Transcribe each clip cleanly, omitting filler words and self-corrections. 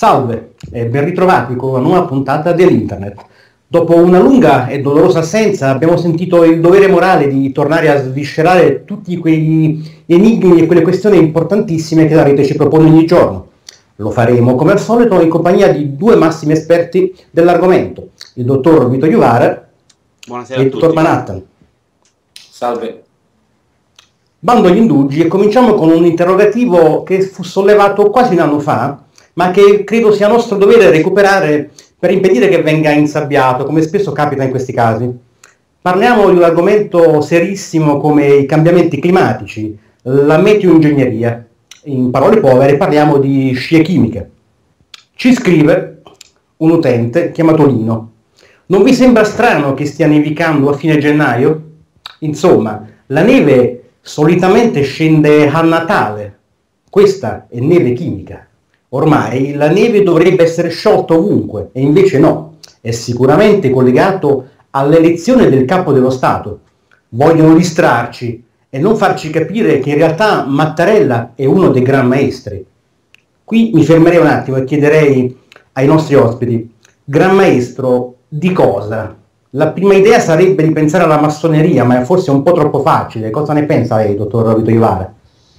Salve e ben ritrovati con una nuova puntata dell'Internet. Dopo una lunga e dolorosa assenza abbiamo sentito il dovere morale di tornare a sviscerare tutti quegli enigmi e quelle questioni importantissime che la rete ci propone ogni giorno. Lo faremo come al solito in compagnia di due massimi esperti dell'argomento, il dottor Vito Iuvara e il dottor Manhattan. Salve. Bando agli indugi e cominciamo con un interrogativo che fu sollevato quasi un anno fa, ma che credo sia nostro dovere recuperare per impedire che venga insabbiato, come spesso capita in questi casi. Parliamo di un argomento serissimo come i cambiamenti climatici, la meteoingegneria. In parole povere parliamo di scie chimiche. Ci scrive un utente chiamato Lino. Non vi sembra strano che stia nevicando a fine gennaio? Insomma, la neve solitamente scende a Natale. Questa è neve chimica. Ormai la neve dovrebbe essere sciolta ovunque, e invece no. È sicuramente collegato all'elezione del capo dello Stato. Vogliono distrarci e non farci capire che in realtà Mattarella è uno dei gran maestri. Qui mi fermerei un attimo e chiederei ai nostri ospiti, gran maestro di cosa? La prima idea sarebbe di pensare alla massoneria, ma è forse un po' troppo facile. Cosa ne pensa lei, dottor Vito Iuvara?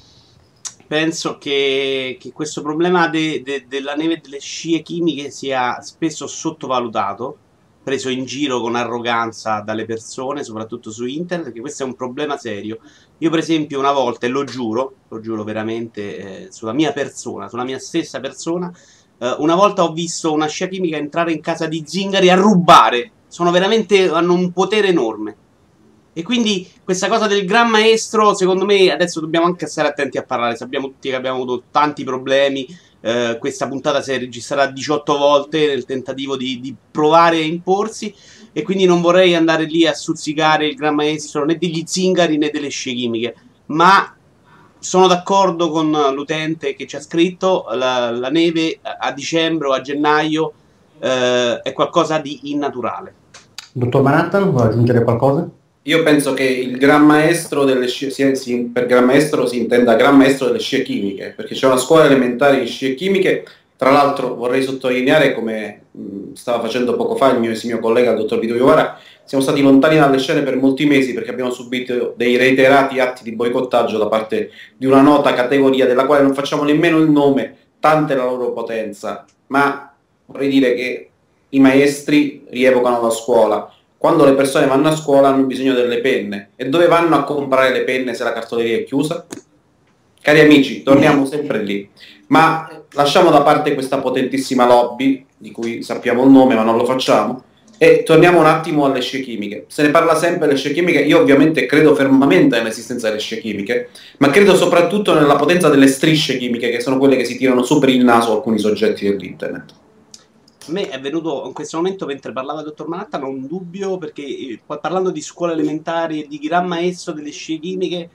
Penso che questo problema della neve e delle scie chimiche sia spesso sottovalutato, preso in giro con arroganza dalle persone, soprattutto su internet, perché questo è un problema serio. Io per esempio una volta, e lo giuro veramente sulla mia persona, sulla mia stessa persona, una volta ho visto una scia chimica entrare in casa di zingari a rubare. Hanno un potere enorme. E quindi questa cosa del gran maestro, secondo me, adesso dobbiamo anche stare attenti a parlare. Sappiamo tutti che abbiamo avuto tanti problemi. Questa puntata si è registrata 18 volte nel tentativo di provare a imporsi. E quindi non vorrei andare lì a stuzzicare il gran maestro né degli zingari né delle scie chimiche. Ma sono d'accordo con l'utente che ci ha scritto: la neve a dicembre o a gennaio è qualcosa di innaturale. Dottor Manhattan, vuole aggiungere qualcosa? Io penso che il gran maestro delle scie, per gran maestro si intenda gran maestro delle scie chimiche, perché c'è una scuola elementare di scie chimiche. Tra l'altro vorrei sottolineare, come stava facendo poco fa il mio collega, il dottor Vito Iuvara, siamo stati lontani dalle scene per molti mesi perché abbiamo subito dei reiterati atti di boicottaggio da parte di una nota categoria della quale non facciamo nemmeno il nome, tanta è la loro potenza. Ma vorrei dire che i maestri rievocano la scuola. Quando le persone vanno a scuola hanno bisogno delle penne. E dove vanno a comprare le penne se la cartoleria è chiusa? Cari amici, torniamo sempre lì. Ma lasciamo da parte questa potentissima lobby, di cui sappiamo il nome ma non lo facciamo, e torniamo un attimo alle scie chimiche. Se ne parla sempre delle scie chimiche. Io ovviamente credo fermamente nell'esistenza delle scie chimiche, ma credo soprattutto nella potenza delle strisce chimiche, che sono quelle che si tirano su per il naso alcuni soggetti dell'internet. A me è venuto in questo momento, mentre parlava il dottor Manhattan, un dubbio, perché parlando di scuole elementari e di gran maestro delle scie chimiche,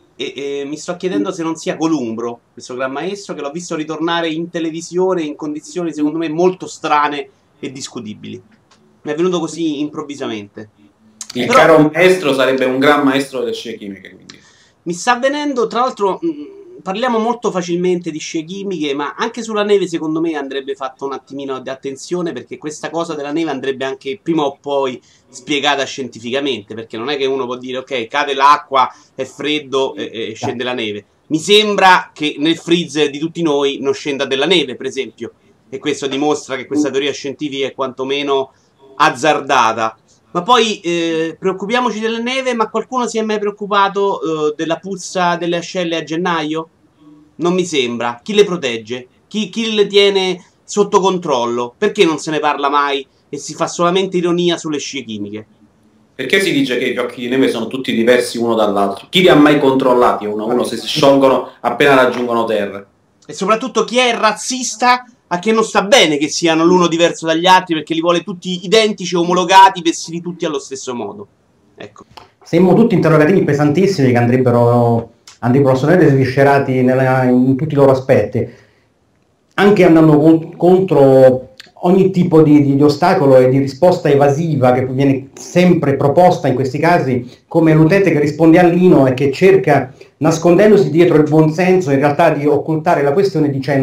mi sto chiedendo se non sia Columbro, questo gran maestro, che l'ho visto ritornare in televisione in condizioni secondo me molto strane e discutibili. Mi è venuto così improvvisamente. Però, caro maestro sarebbe un gran maestro delle scie chimiche, quindi. Mi sta avvenendo, tra l'altro. Parliamo molto facilmente di scie chimiche, ma anche sulla neve secondo me andrebbe fatto un attimino di attenzione, perché questa cosa della neve andrebbe anche prima o poi spiegata scientificamente, perché non è che uno può dire ok, cade l'acqua, è freddo e scende la neve. Mi sembra che nel freezer di tutti noi non scenda della neve, per esempio, e questo dimostra che questa teoria scientifica è quantomeno azzardata. Ma poi preoccupiamoci della neve, ma qualcuno si è mai preoccupato della puzza delle ascelle a gennaio? Non mi sembra. Chi le protegge? Chi le tiene sotto controllo? Perché non se ne parla mai e si fa solamente ironia sulle scie chimiche? Perché si dice che i fiocchi di neve sono tutti diversi uno dall'altro? Chi li ha mai controllati uno a uno se si sciolgono appena raggiungono terra? E soprattutto chi è razzista a che non sta bene che siano l'uno diverso dagli altri, perché li vuole tutti identici, omologati, vestiti tutti allo stesso modo. Ecco. Siamo tutti interrogativi pesantissimi che andrebbero assolutamente sviscerati in tutti i loro aspetti, anche andando contro ogni tipo di ostacolo e di risposta evasiva che viene sempre proposta in questi casi, come l'utente che risponde all'Ino e che cerca, nascondendosi dietro il buonsenso, in realtà di occultare la questione dicendo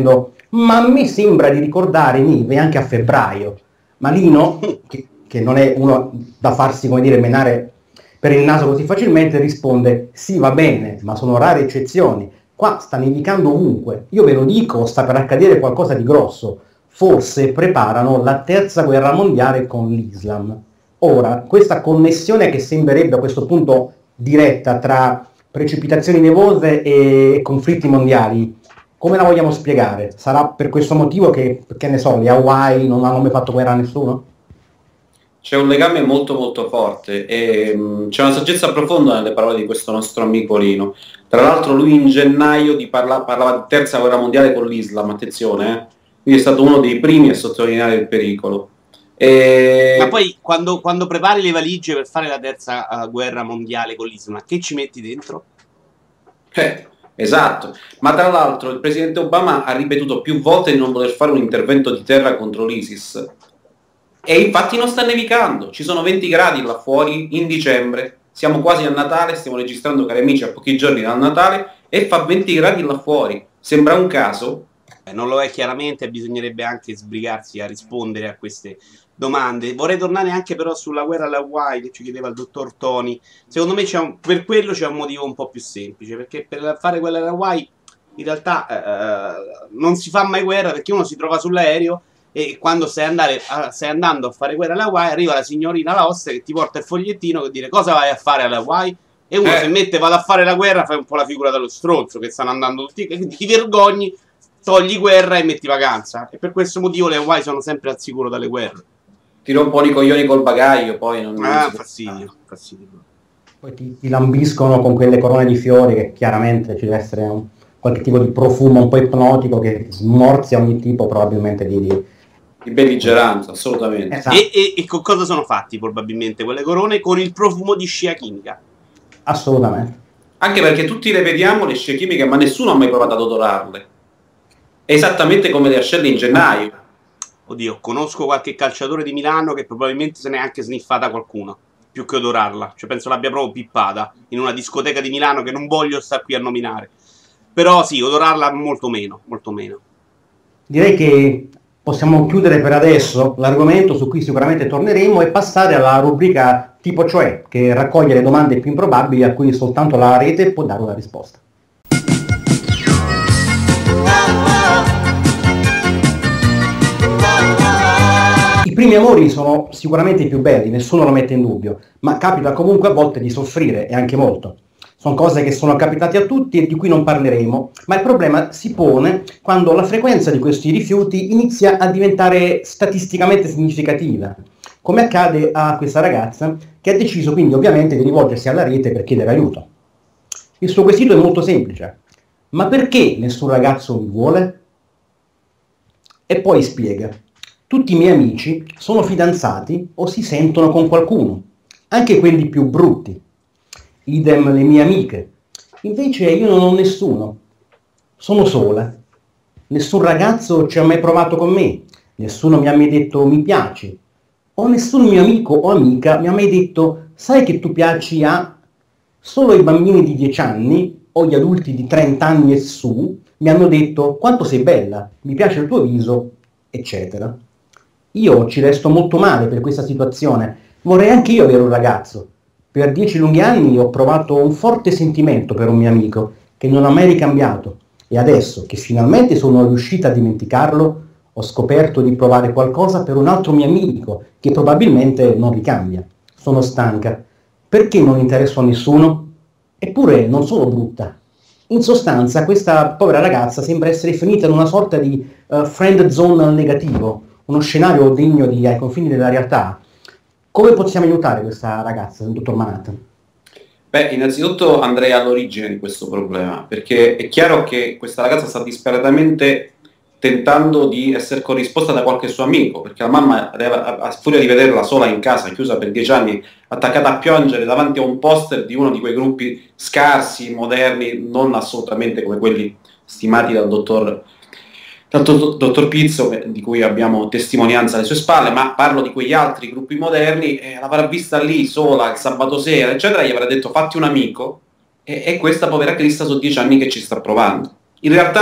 ma a me sembra di ricordare Nive anche a febbraio. Malino, che non è uno da farsi, come dire, menare per il naso così facilmente, risponde: sì, va bene, ma sono rare eccezioni. Qua sta nevicando ovunque. Io ve lo dico, sta per accadere qualcosa di grosso. Forse preparano la terza guerra mondiale con l'Islam. Ora, questa connessione che sembrerebbe a questo punto diretta tra precipitazioni nevose e conflitti mondiali, come la vogliamo spiegare? Sarà per questo motivo che ne so, le Hawaii non hanno mai fatto guerra a nessuno? C'è un legame molto molto forte e c'è una saggezza profonda nelle parole di questo nostro amico Lino. Tra l'altro lui in gennaio parlava di terza guerra mondiale con l'Islam, attenzione, quindi è stato uno dei primi a sottolineare il pericolo. Ma poi quando prepari le valigie per fare la terza guerra mondiale con l'Islam, che ci metti dentro? Esatto, ma tra l'altro il presidente Obama ha ripetuto più volte di non voler fare un intervento di terra contro l'ISIS. E infatti non sta nevicando, ci sono 20 gradi là fuori in dicembre, siamo quasi a Natale, stiamo registrando, cari amici, a pochi giorni dal Natale e fa 20 gradi là fuori. Sembra un caso? Non lo è chiaramente, bisognerebbe anche sbrigarsi a rispondere a queste domande. Vorrei tornare anche però sulla guerra alle Hawaii che ci chiedeva il dottor Toni. Secondo me per quello c'è un motivo un po' più semplice, perché per fare quella alle Hawaii in realtà non si fa mai guerra, perché uno si trova sull'aereo e quando stai andando a fare guerra alle Hawaii arriva la signorina Laos che ti porta il fogliettino che dice: cosa vai a fare alle Hawaii? E uno se mette vado a fare la guerra, fai un po' la figura dello stronzo, che stanno andando tutti, che ti vergogni, togli guerra e metti vacanza. E per questo motivo le Hawaii sono sempre al sicuro dalle guerre. Ti rompono i coglioni col bagaglio, poi non fastidio. Poi ti lambiscono con quelle corone di fiori, che chiaramente ci deve essere qualche tipo di profumo un po' ipnotico che smorzia ogni tipo probabilmente di belligeranza, assolutamente. Esatto. E con cosa sono fatti probabilmente quelle corone? Con il profumo di scia chimica. Assolutamente. Anche perché tutti le vediamo le scie chimiche, ma nessuno ha mai provato ad odorarle. È esattamente come le ascelle in gennaio. Oddio, conosco qualche calciatore di Milano che probabilmente se ne è anche sniffata qualcuno, più che odorarla. Cioè penso l'abbia proprio pippata in una discoteca di Milano che non voglio star qui a nominare. Però sì, odorarla molto meno, molto meno. Direi che possiamo chiudere per adesso l'argomento, su cui sicuramente torneremo, e passare alla rubrica Tipo Cioè, che raccoglie le domande più improbabili a cui soltanto la rete può dare una risposta. I primi amori sono sicuramente i più belli, nessuno lo mette in dubbio, ma capita comunque a volte di soffrire, e anche molto. Sono cose che sono capitate a tutti e di cui non parleremo, ma il problema si pone quando la frequenza di questi rifiuti inizia a diventare statisticamente significativa, come accade a questa ragazza che ha deciso quindi ovviamente di rivolgersi alla rete per chiedere aiuto. Il suo quesito è molto semplice: ma perché nessun ragazzo mi vuole? E poi spiega: tutti i miei amici sono fidanzati o si sentono con qualcuno, anche quelli più brutti. Idem le mie amiche. Invece io non ho nessuno. Sono sola. Nessun ragazzo ci ha mai provato con me. Nessuno mi ha mai detto mi piaci. O nessun mio amico o amica mi ha mai detto sai che tu piaci a... Solo i bambini di 10 anni o gli adulti di 30 anni e su mi hanno detto quanto sei bella, mi piace il tuo viso, eccetera. Io ci resto molto male per questa situazione. Vorrei anche io avere un ragazzo. Per 10 lunghi anni ho provato un forte sentimento per un mio amico che non ha mai ricambiato, e adesso che finalmente sono riuscita a dimenticarlo, ho scoperto di provare qualcosa per un altro mio amico che probabilmente non ricambia. Sono stanca. Perché non interesso a nessuno? Eppure non sono brutta. In sostanza, questa povera ragazza sembra essere finita in una sorta di friend zone negativo, uno scenario degno ai confini della realtà. Come possiamo aiutare questa ragazza, dottor Manhattan? Beh, innanzitutto andrei all'origine di questo problema, perché è chiaro che questa ragazza sta disperatamente tentando di essere corrisposta da qualche suo amico, perché la mamma, a furia di vederla sola in casa, chiusa per 10 anni, attaccata a piangere davanti a un poster di uno di quei gruppi scarsi, moderni, non assolutamente come quelli stimati dal dottor Pizzo, di cui abbiamo testimonianza alle sue spalle, ma parlo di quegli altri gruppi moderni, l'avrà vista lì sola il sabato sera, eccetera, gli avrà detto fatti un amico, e questa povera Crista sono 10 anni che ci sta provando. In realtà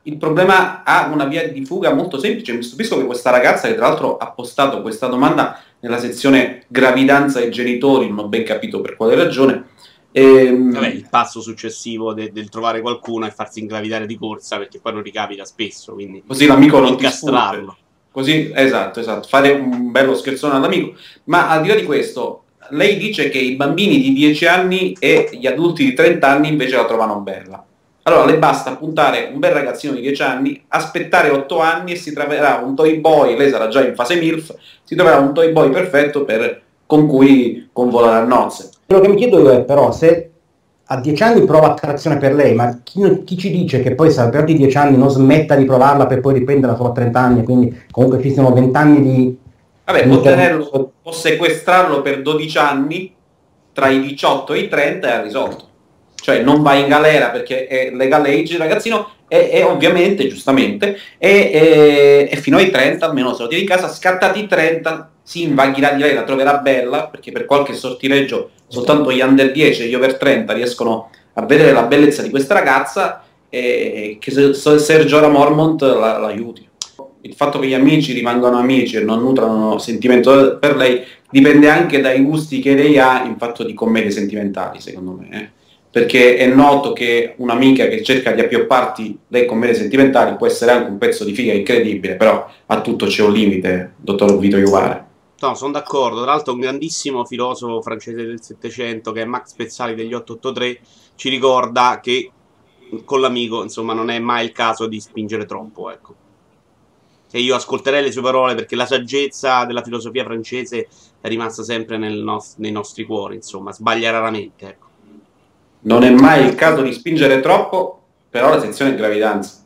il problema ha una via di fuga molto semplice. Mi stupisco che questa ragazza, che tra l'altro ha postato questa domanda nella sezione gravidanza e genitori, non ho ben capito per quale ragione. Vabbè, il passo successivo del trovare qualcuno è farsi ingravidare di corsa, perché poi non ricapita spesso, quindi così l'amico non ti incastrarlo. sfugge. Così, esatto, fare un bello scherzone all'amico. Ma al di là di questo, lei dice che i bambini di 10 anni e gli adulti di 30 anni invece la trovano bella. Allora le basta puntare un bel ragazzino di 10 anni, aspettare 8 anni e si troverà un toy boy, lei sarà già in fase MILF, si troverà un toy boy perfetto con cui convolare a nozze. Quello che mi chiedo io è però se a 10 anni prova attrazione per lei, ma chi ci dice che poi se a di 10 anni non smetta di provarla per poi riprenderla solo a 30 anni, quindi comunque ci siano 20 anni di... Vabbè, può sequestrarlo per 12 anni, tra i 18 e i 30 e ha risolto. Cioè non va in galera perché è legal age il ragazzino e ovviamente, giustamente, e fino ai 30 almeno se lo tiene in casa, scattati i 30, si invaghirà di lei, la troverà bella, perché per qualche sortileggio soltanto gli under 10 e gli over 30 riescono a vedere la bellezza di questa ragazza e che Sergio Ramormont l'aiuti. Il fatto che gli amici rimangano amici e non nutrano sentimento per lei dipende anche dai gusti che lei ha in fatto di commedie sentimentali, secondo me. Perché è noto che un'amica che cerca di appiopparti le commedie sentimentali può essere anche un pezzo di figa incredibile, però a tutto c'è un limite, dottor Vito Iuvara. No, sono d'accordo. Tra l'altro un grandissimo filosofo francese del Settecento, che è Max Pezzali degli 883, ci ricorda che con l'amico, insomma, non è mai il caso di spingere troppo, ecco. E io ascolterei le sue parole perché la saggezza della filosofia francese è rimasta sempre nei nostri cuori, insomma, sbaglia raramente, ecco. Non è mai il caso di spingere troppo, però la sezione è gravidanza.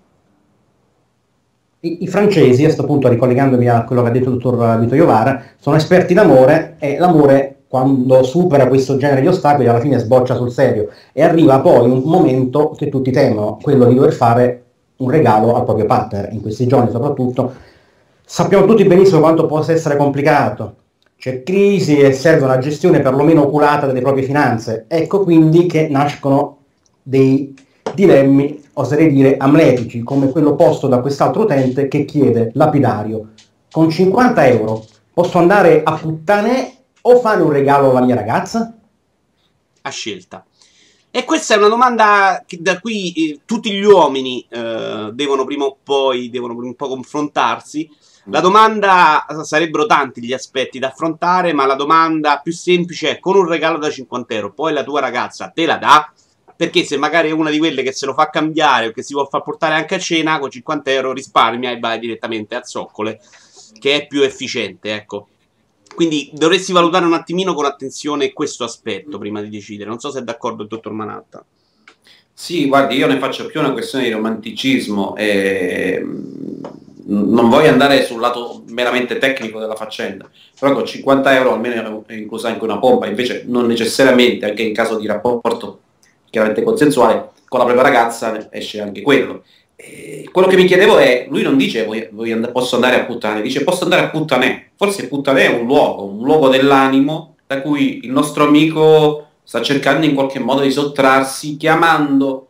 I francesi, a questo punto ricollegandomi a quello che ha detto il dottor Vito Iovara, sono esperti d'amore e l'amore quando supera questo genere di ostacoli alla fine sboccia sul serio e arriva poi un momento che tutti temono, quello di dover fare un regalo al proprio partner. In questi giorni soprattutto sappiamo tutti benissimo quanto possa essere complicato. C'è crisi e serve una gestione perlomeno oculata delle proprie finanze. Ecco quindi che nascono dei dilemmi, oserei dire, amletici, come quello posto da quest'altro utente che chiede, lapidario, con 50 euro posso andare a puttane o fare un regalo alla mia ragazza? A scelta. E questa è una domanda da cui tutti gli uomini devono prima o poi un po' confrontarsi. La domanda, sarebbero tanti gli aspetti da affrontare, ma la domanda più semplice è: con un regalo da 50 euro, poi la tua ragazza te la dà? Perché se magari è una di quelle che se lo fa cambiare o che si vuol far portare anche a cena, con 50 euro risparmia e vai direttamente a zoccole, che è più efficiente, ecco. Quindi dovresti valutare un attimino con attenzione questo aspetto prima di decidere. Non so se è d'accordo il dottor Manatta. Sì, guardi, io ne faccio più una questione di romanticismo e non voglio andare sul lato meramente tecnico della faccenda, però con 50 euro almeno è inclusa anche una pompa, invece non necessariamente, anche in caso di rapporto chiaramente consensuale, con la propria ragazza esce anche quello. Quello che mi chiedevo è, lui non dice posso andare a puttane, dice posso andare a puttane. Forse puttane è un luogo dell'animo da cui il nostro amico sta cercando in qualche modo di sottrarsi, chiamando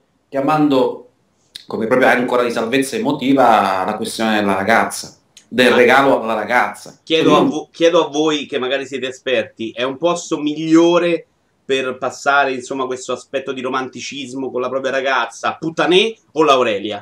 come proprio ancora di salvezza emotiva la questione della ragazza, del regalo alla ragazza. Chiedo a voi che magari siete esperti, è un posto migliore per passare, insomma, questo aspetto di romanticismo con la propria ragazza, Puttanè o l'Aurelia?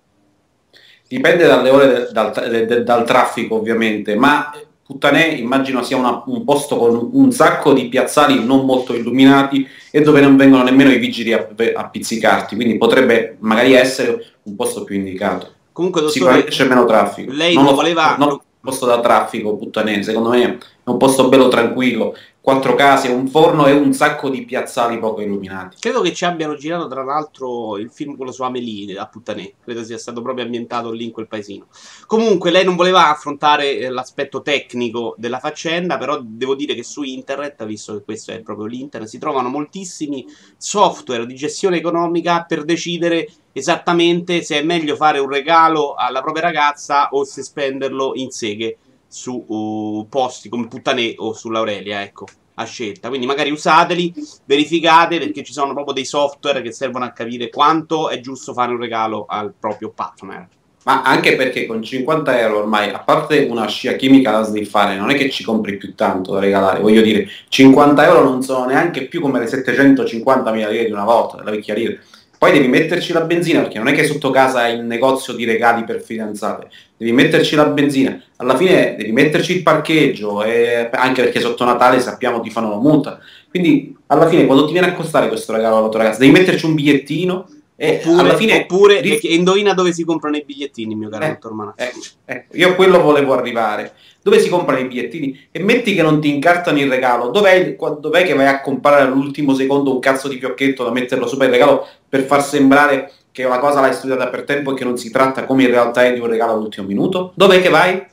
Dipende dalle ore dal traffico ovviamente, ma Puttanè immagino sia un posto con un sacco di piazzali non molto illuminati e dove non vengono nemmeno i vigili a pizzicarti, quindi potrebbe magari essere un posto più indicato. Comunque, dottore, sicuramente c'è meno traffico. Lei non voleva... Non un posto da traffico Puttanè, secondo me è un posto bello tranquillo, 4 case, un forno e un sacco di piazzali poco illuminati. Credo che ci abbiano girato tra l'altro il film quello su Amélie a Puttanè, credo sia stato proprio ambientato lì in quel paesino. Comunque lei non voleva affrontare l'aspetto tecnico della faccenda, però devo dire che su internet, visto che questo è proprio l'internet, si trovano moltissimi software di gestione economica per decidere esattamente se è meglio fare un regalo alla propria ragazza o se spenderlo in seghe su posti come Puttanè o sull'Aurelia, ecco. a scelta. Quindi magari usateli, verificate, perché ci sono proprio dei software che servono a capire quanto è giusto fare un regalo al proprio partner. Ma anche perché con 50 euro ormai, a parte una scia chimica da sniffare, non è che ci compri più tanto da regalare. Voglio dire, 50 euro non sono neanche più come le 750.000 lire di una volta, della vecchia lira. Poi devi metterci la benzina, perché non è che sotto casa hai il negozio di regali per fidanzate. Devi metterci la benzina. Alla fine devi metterci il parcheggio, anche perché sotto Natale sappiamo ti fanno la multa. Quindi alla fine quando ti viene a costare questo regalo alla tua ragazza, devi metterci un bigliettino. Oppure indovina dove si comprano i bigliettini, mio caro dottor Manazzi. Io a quello volevo arrivare. Dove si comprano i bigliettini? E metti che non ti incartano il regalo, dov'è che vai a comprare all'ultimo secondo un cazzo di fiocchetto da metterlo sopra il regalo per far sembrare che la cosa l'hai studiata per tempo e che non si tratta come in realtà è di un regalo all'ultimo minuto? Dov'è che vai?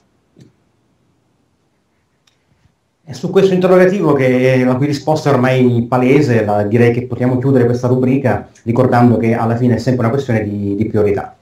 È su questo interrogativo, la cui risposta è ormai palese, direi che possiamo chiudere questa rubrica ricordando che alla fine è sempre una questione di priorità.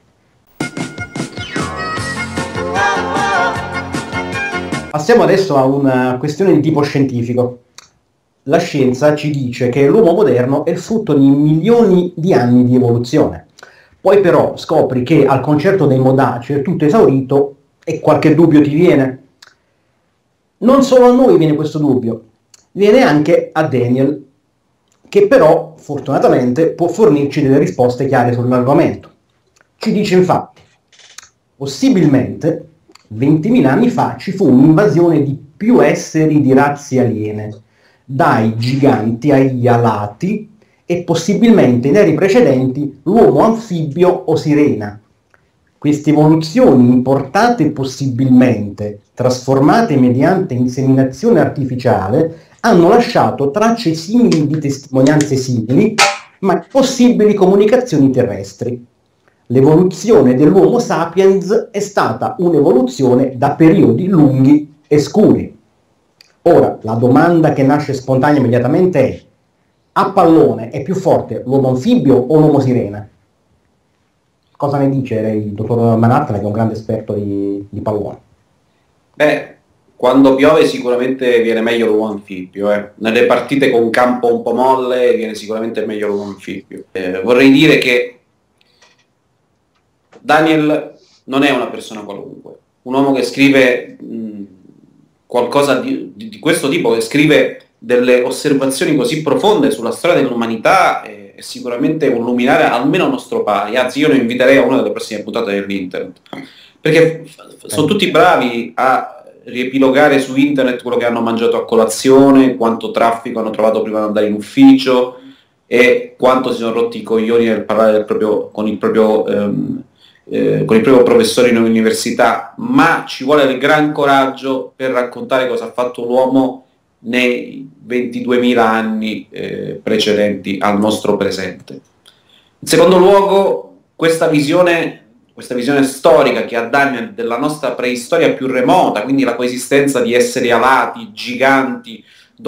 Passiamo adesso a una questione di tipo scientifico. La scienza ci dice che l'uomo moderno è il frutto di milioni di anni di evoluzione. Poi però scopri che al concerto dei Modaci è tutto esaurito e qualche dubbio ti viene. Non solo a noi viene questo dubbio, viene anche a Daniel, che però fortunatamente può fornirci delle risposte chiare sull'argomento. Ci dice infatti, possibilmente 20.000 anni fa ci fu un'invasione di più esseri di razze aliene, dai giganti agli alati e possibilmente in ere precedenti l'uomo anfibio o sirena. Queste evoluzioni importate possibilmente, trasformate mediante inseminazione artificiale, hanno lasciato tracce simili di testimonianze simili, ma possibili comunicazioni terrestri. L'evoluzione dell'Homo sapiens è stata un'evoluzione da periodi lunghi e scuri. Ora, la domanda che nasce spontanea immediatamente è: a pallone è più forte l'uomo anfibio o l'uomo sirena? Cosa ne dice il dottor Manhattan, che è un grande esperto di pallone? Quando piove sicuramente viene meglio l'uomo anfibio. Nelle partite con campo un po' molle viene sicuramente meglio l'uomo anfibio. Vorrei dire che Daniel non è una persona qualunque, un uomo che scrive qualcosa di questo tipo, che scrive delle osservazioni così profonde sulla storia dell'umanità, è sicuramente un luminare almeno nostro pari. Anzi, io lo inviterei a una delle prossime puntate dell'internet, perché sono tutti bravi a riepilogare su internet quello che hanno mangiato a colazione, quanto traffico hanno trovato prima di andare in ufficio e quanto si sono rotti i coglioni nel parlare con il proprio professore in università, ma ci vuole il gran coraggio per raccontare cosa ha fatto l'uomo nei 22.000 anni precedenti al nostro presente. In secondo luogo, questa visione storica che ha Daniel della nostra preistoria più remota, quindi la coesistenza di esseri alati, giganti,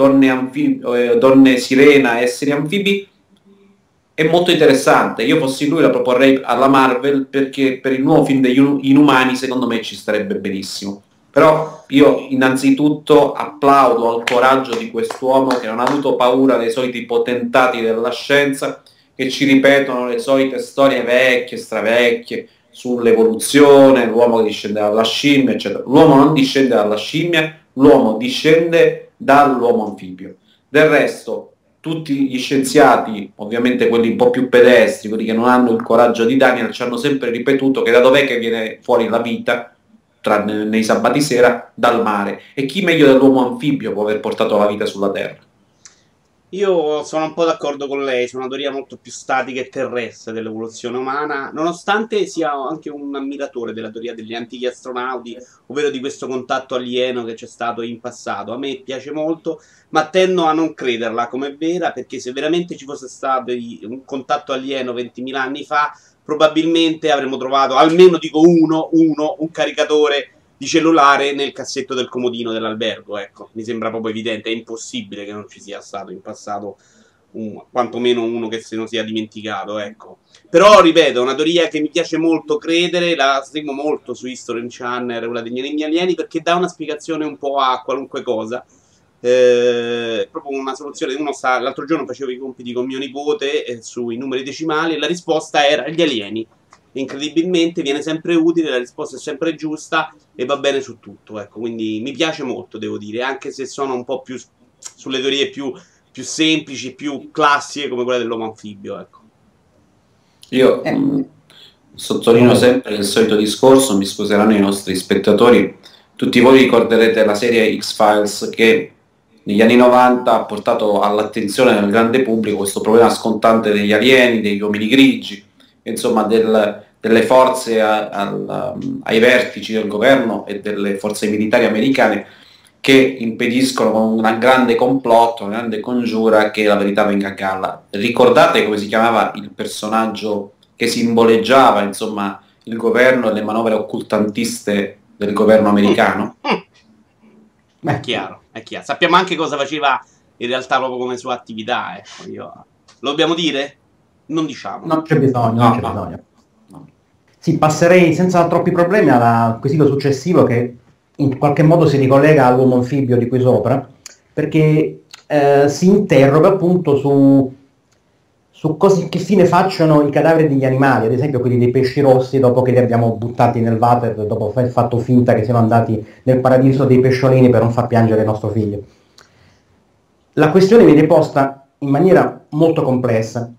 donne sirena, esseri anfibi, è molto interessante. Io fossi lui la proporrei alla Marvel, perché per il nuovo film degli Inumani secondo me ci starebbe benissimo. Però io innanzitutto applaudo al coraggio di quest'uomo che non ha avuto paura dei soliti potentati della scienza che ci ripetono le solite storie vecchie, stravecchie, sull'evoluzione, l'uomo che discende dalla scimmia, eccetera. L'uomo non discende dalla scimmia, l'uomo discende dall'uomo anfibio. Del resto, tutti gli scienziati, ovviamente quelli un po' più pedestri, quelli che non hanno il coraggio di Daniel, ci hanno sempre ripetuto che da dov'è che viene fuori la vita, tranne nei sabati sera, dal mare. E chi meglio dell'uomo anfibio può aver portato la vita sulla Terra? Io sono un po' d'accordo con lei, su una teoria molto più statica e terrestre dell'evoluzione umana, nonostante sia anche un ammiratore della teoria degli antichi astronauti, ovvero di questo contatto alieno che c'è stato in passato. A me piace molto, ma tendo a non crederla come vera, perché se veramente ci fosse stato un contatto alieno 20.000 anni fa, probabilmente avremmo trovato, almeno dico un caricatore di cellulare nel cassetto del comodino dell'albergo. Ecco, mi sembra proprio evidente, è impossibile che non ci sia stato in passato quantomeno uno che se non sia dimenticato, ecco. Però ripeto, è una teoria che mi piace molto credere, la seguo molto su History Channel, quella degli enigmi alieni, perché dà una spiegazione un po' a qualunque cosa. È proprio una soluzione. L'altro giorno facevo i compiti con mio nipote sui numeri decimali e la risposta era gli alieni. Incredibilmente viene sempre utile, la risposta è sempre giusta e va bene su tutto, ecco, quindi mi piace molto, devo dire, anche se sono un po' più sulle teorie più semplici, più classiche come quella dell'uomo anfibio, ecco. Io sottolineo sempre il solito discorso, mi scuseranno i nostri spettatori, tutti voi ricorderete la serie X-Files che negli anni 90 ha portato all'attenzione del grande pubblico questo problema scontante degli alieni, degli uomini grigi, insomma delle forze ai vertici del governo e delle forze militari americane che impediscono con un grande complotto, una grande congiura che la verità venga a galla. Ricordate come si chiamava il personaggio che simboleggiava insomma il governo e le manovre occultantiste del governo americano? È chiaro, è chiaro. Sappiamo anche cosa faceva in realtà proprio come sua attività, ecco. Lo dobbiamo dire? Non diciamo. Non c'è bisogno, non c'è bisogno. Sì, passerei senza troppi problemi al quesito successivo che in qualche modo si ricollega all'uomo anfibio di qui sopra, perché si interroga appunto su che fine facciano i cadaveri degli animali, ad esempio quelli dei pesci rossi dopo che li abbiamo buttati nel water, dopo aver fatto finta che siano andati nel paradiso dei pesciolini per non far piangere il nostro figlio. La questione viene posta in maniera molto complessa.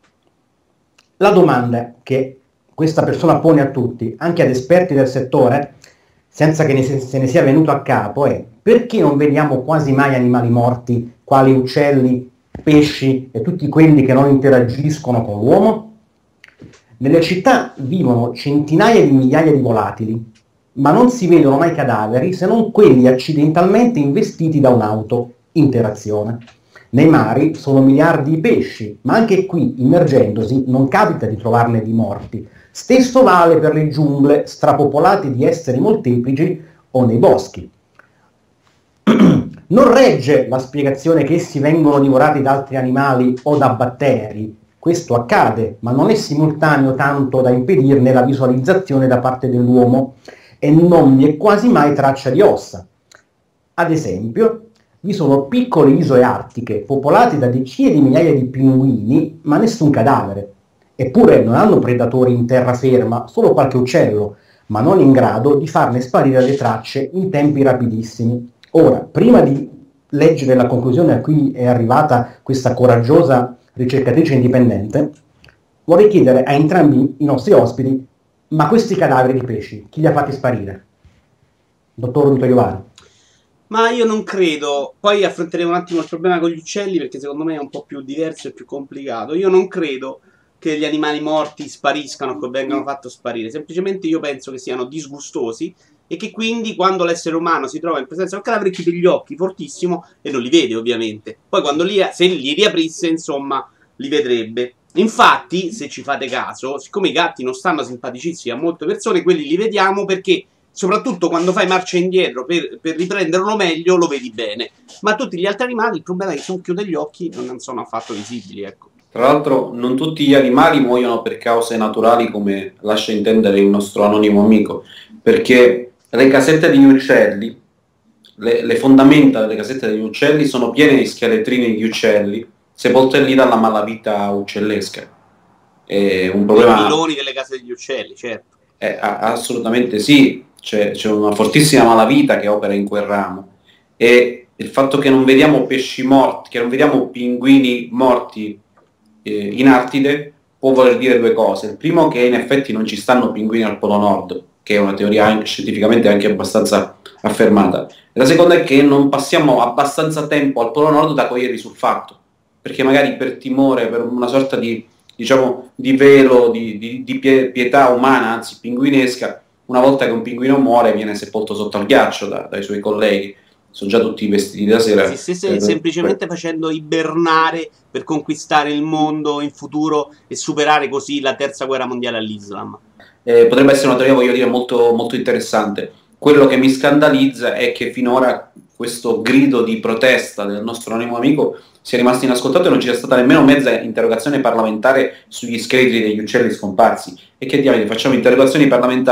La domanda che questa persona pone a tutti, anche ad esperti del settore, senza che se ne sia venuto a capo, è: perché non vediamo quasi mai animali morti, quali uccelli, pesci e tutti quelli che non interagiscono con l'uomo? Nelle città vivono centinaia di migliaia di volatili, ma non si vedono mai cadaveri se non quelli accidentalmente investiti da un'auto. Interazione. Nei mari sono miliardi di pesci, ma anche qui, immergendosi, non capita di trovarne di morti. Stesso vale per le giungle strapopolate di esseri molteplici o nei boschi. Non regge la spiegazione che essi vengono divorati da altri animali o da batteri. Questo accade, ma non è simultaneo tanto da impedirne la visualizzazione da parte dell'uomo e non vi è quasi mai traccia di ossa. Ad esempio, vi sono piccole isole artiche popolate da decine di migliaia di pinguini, ma nessun cadavere. Eppure non hanno predatori in terraferma, solo qualche uccello, ma non in grado di farne sparire le tracce in tempi rapidissimi. Ora, prima di leggere la conclusione a cui è arrivata questa coraggiosa ricercatrice indipendente, vorrei chiedere a entrambi i nostri ospiti: ma questi cadaveri di pesci, chi li ha fatti sparire? Dottor Lutoiovara. Ma io non credo, poi affronteremo un attimo il problema con gli uccelli perché secondo me è un po' più diverso e più complicato. Io non credo che gli animali morti spariscano o che vengano fatti sparire, semplicemente io penso che siano disgustosi e che quindi quando l'essere umano si trova in presenza di un cadavere chiude gli occhi fortissimo e non li vede ovviamente. Poi quando se li riaprisse, insomma, li vedrebbe. Infatti, se ci fate caso, siccome i gatti non stanno simpaticissimi a molte persone, quelli li vediamo perché soprattutto quando fai marcia indietro per riprenderlo meglio lo vedi bene, ma tutti gli altri animali il problema è che se uno chiude gli occhi non sono affatto visibili, ecco. Tra l'altro non tutti gli animali muoiono per cause naturali, come lascia intendere il nostro anonimo amico, perché le casette degli uccelli, le fondamenta delle casette degli uccelli sono piene di scheletrini di uccelli sepolti dalla malavita uccellesca. È un problema. I piloni delle case degli uccelli, certo. Assolutamente sì, c'è una fortissima malavita che opera in quel ramo, e il fatto che non vediamo pesci morti, che non vediamo pinguini morti in Artide può voler dire due cose. Il primo, che in effetti non ci stanno pinguini al Polo Nord, che è una teoria scientificamente anche abbastanza affermata, e la seconda è che non passiamo abbastanza tempo al Polo Nord da coglierli sul fatto, perché magari per timore, per una sorta di, diciamo, di velo, di pietà umana, anzi pinguinesca, una volta che un pinguino muore viene sepolto sotto al ghiaccio dai suoi colleghi. Sono già tutti vestiti da sera. Sì, semplicemente facendo ibernare per conquistare il mondo in futuro e superare così la terza guerra mondiale all'Islam. Potrebbe essere una teoria, voglio dire, molto, molto interessante. Quello che mi scandalizza è che finora questo grido di protesta del nostro anonimo amico sia rimasto inascoltato e non ci sia stata nemmeno mezza interrogazione parlamentare sugli scheletri degli uccelli scomparsi. E che diamine, facciamo interrogazioni parlamentari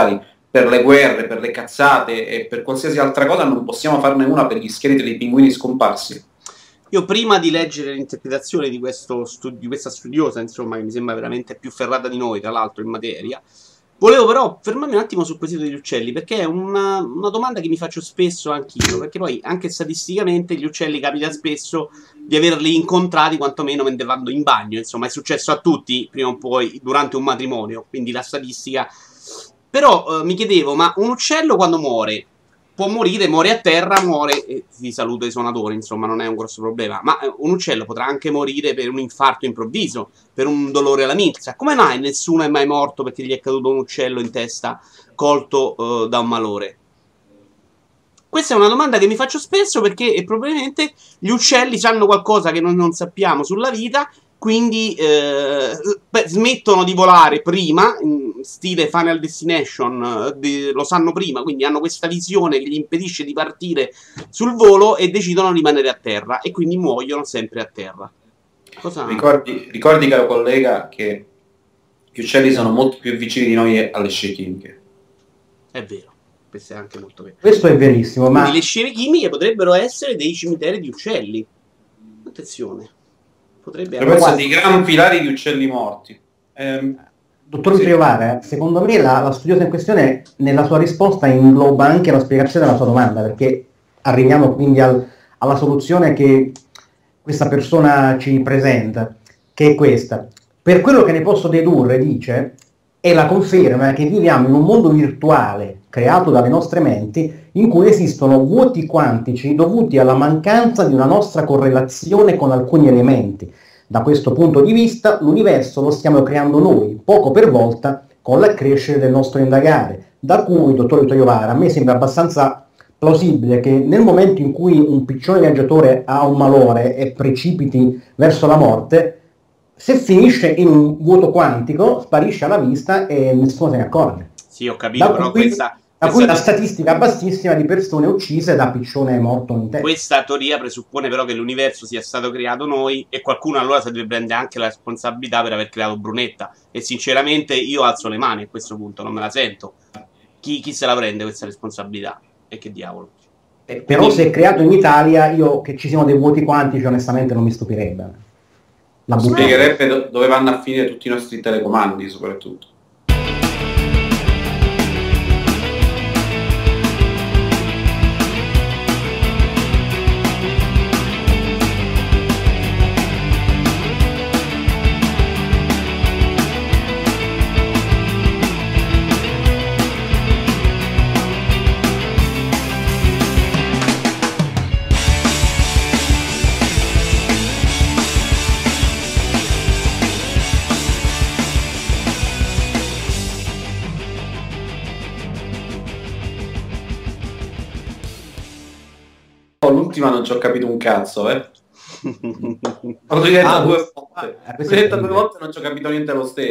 per le guerre, per le cazzate e per qualsiasi altra cosa, non possiamo farne una per gli scheletri dei pinguini scomparsi. Io prima di leggere l'interpretazione di questa studiosa, insomma, che mi sembra veramente più ferrata di noi, tra l'altro, in materia, volevo però fermarmi un attimo sul quesito degli uccelli, perché è una domanda che mi faccio spesso anch'io, perché poi anche statisticamente gli uccelli capita spesso di averli incontrati quantomeno mentre vanno in bagno, insomma è successo a tutti prima o poi durante un matrimonio, quindi la statistica. Però mi chiedevo, ma un uccello quando muore può morire, muore a terra, muore e si saluta i suonatori, insomma non è un grosso problema, ma un uccello potrà anche morire per un infarto improvviso, per un dolore alla milza. Come mai nessuno è mai morto perché gli è caduto un uccello in testa colto da un malore? Questa è una domanda che mi faccio spesso perché probabilmente gli uccelli sanno qualcosa che noi non sappiamo sulla vita, quindi smettono di volare prima, in stile Final Destination, lo sanno prima, quindi hanno questa visione che gli impedisce di partire sul volo e decidono di rimanere a terra e quindi muoiono sempre a terra. Ricordi, caro collega, che gli uccelli sono molto più vicini di noi alle scie chimiche. È vero. Questo è anche molto vero. Questo è verissimo, ma quindi le scie chimiche potrebbero essere dei cimiteri di uccelli. Attenzione. Potrebbe essere dei gran filari di uccelli morti. Dottor Triovara, secondo me la studiosa in questione nella sua risposta ingloba anche la spiegazione della sua domanda, perché arriviamo quindi alla soluzione che questa persona ci presenta, che è questa. Per quello che ne posso dedurre, dice, è la conferma che viviamo in un mondo virtuale creato dalle nostre menti in cui esistono vuoti quantici dovuti alla mancanza di una nostra correlazione con alcuni elementi. Da questo punto di vista l'universo lo stiamo creando noi, poco per volta, con l'accrescere del nostro indagare, da cui, dottor Toyovara, a me sembra abbastanza plausibile che nel momento in cui un piccione viaggiatore ha un malore e precipiti verso la morte, se finisce in un vuoto quantico, sparisce alla vista e nessuno se ne accorge. Sì, ho capito, però questa la statistica bassissima di persone uccise da piccione morto in testa. Questa teoria presuppone però che l'universo sia stato creato noi e qualcuno allora si deve prendere anche la responsabilità per aver creato Brunetta. E sinceramente io alzo le mani a questo punto, non me la sento. Chi se la prende questa responsabilità? E che diavolo? Però se è creato in Italia, io che ci siano dei vuoti quantici onestamente non mi stupirebbe. Spiegherebbe dove vanno a finire tutti i nostri telecomandi, soprattutto. L'ultima non ci ho capito un cazzo, L'ho ridetta due volte. Non ci ho capito niente lo stesso.